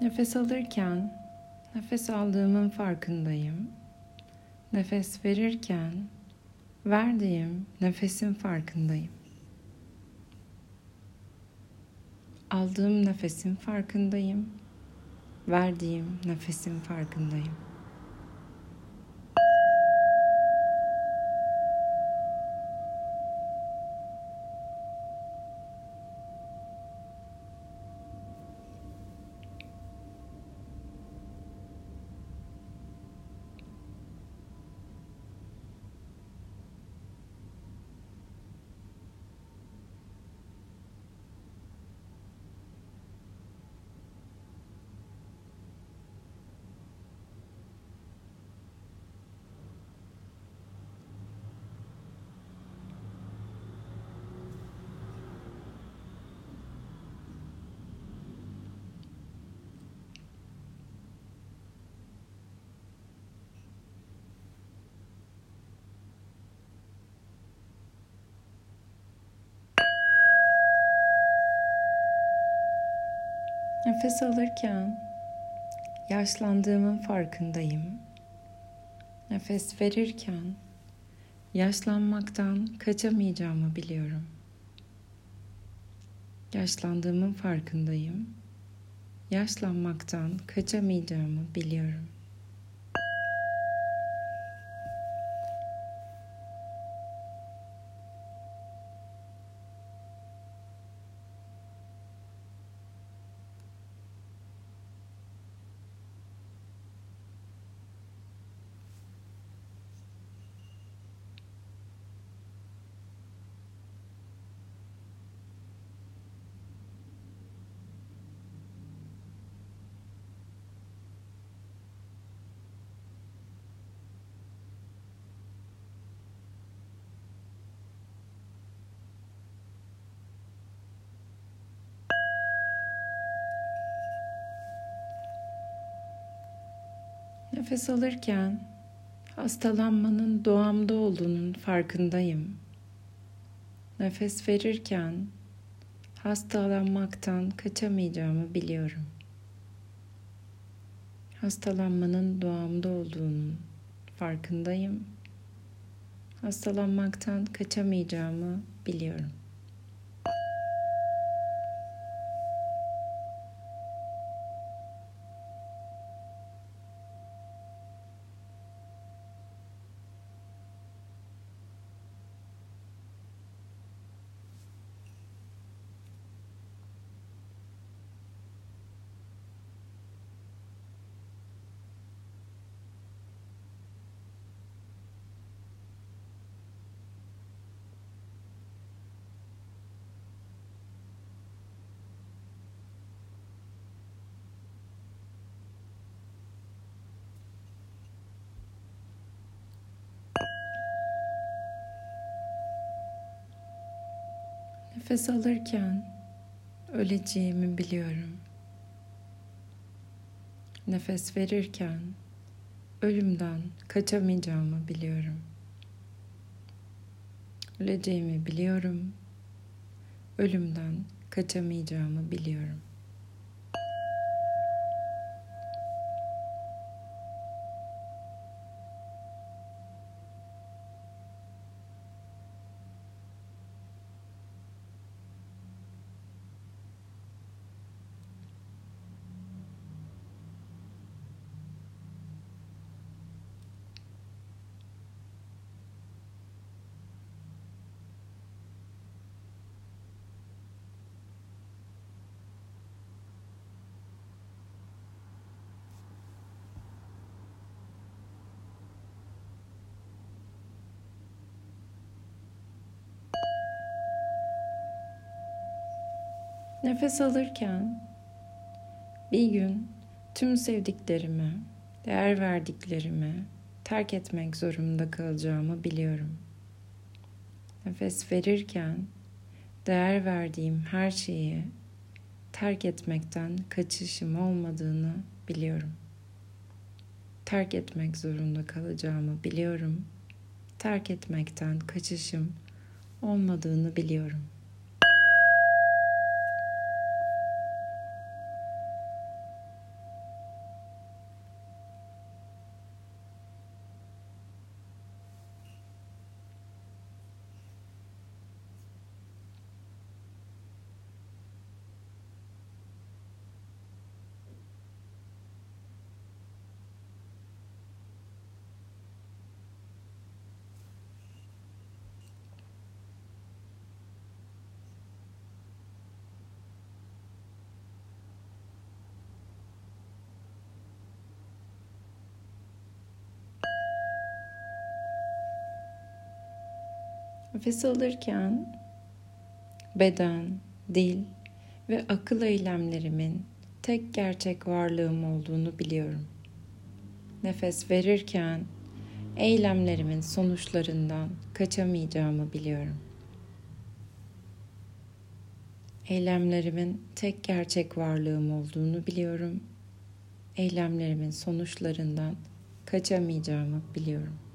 Nefes alırken nefes aldığımın farkındayım. Nefes verirken verdiğim nefesin farkındayım. Aldığım nefesin farkındayım. Verdiğim nefesin farkındayım. Nefes alırken yaşlandığımın farkındayım. Nefes verirken yaşlanmaktan kaçamayacağımı biliyorum. Yaşlandığımın farkındayım. Yaşlanmaktan kaçamayacağımı biliyorum. Nefes alırken hastalanmanın doğamda olduğunun farkındayım. Nefes verirken hastalanmaktan kaçamayacağımı biliyorum. Hastalanmanın doğamda olduğunun farkındayım. Hastalanmaktan kaçamayacağımı biliyorum. Nefes alırken öleceğimi biliyorum. Nefes verirken ölümden kaçamayacağımı biliyorum. Öleceğimi biliyorum. Ölümden kaçamayacağımı biliyorum. Nefes alırken bir gün tüm sevdiklerimi, değer verdiklerimi terk etmek zorunda kalacağımı biliyorum. Nefes verirken değer verdiğim her şeyi terk etmekten kaçışım olmadığını biliyorum. Terk etmek zorunda kalacağımı biliyorum. Terk etmekten kaçışım olmadığını biliyorum. Nefes alırken beden, dil ve akıl eylemlerimin tek gerçek varlığım olduğunu biliyorum. Nefes verirken eylemlerimin sonuçlarından kaçamayacağımı biliyorum. Eylemlerimin tek gerçek varlığım olduğunu biliyorum. Eylemlerimin sonuçlarından kaçamayacağımı biliyorum.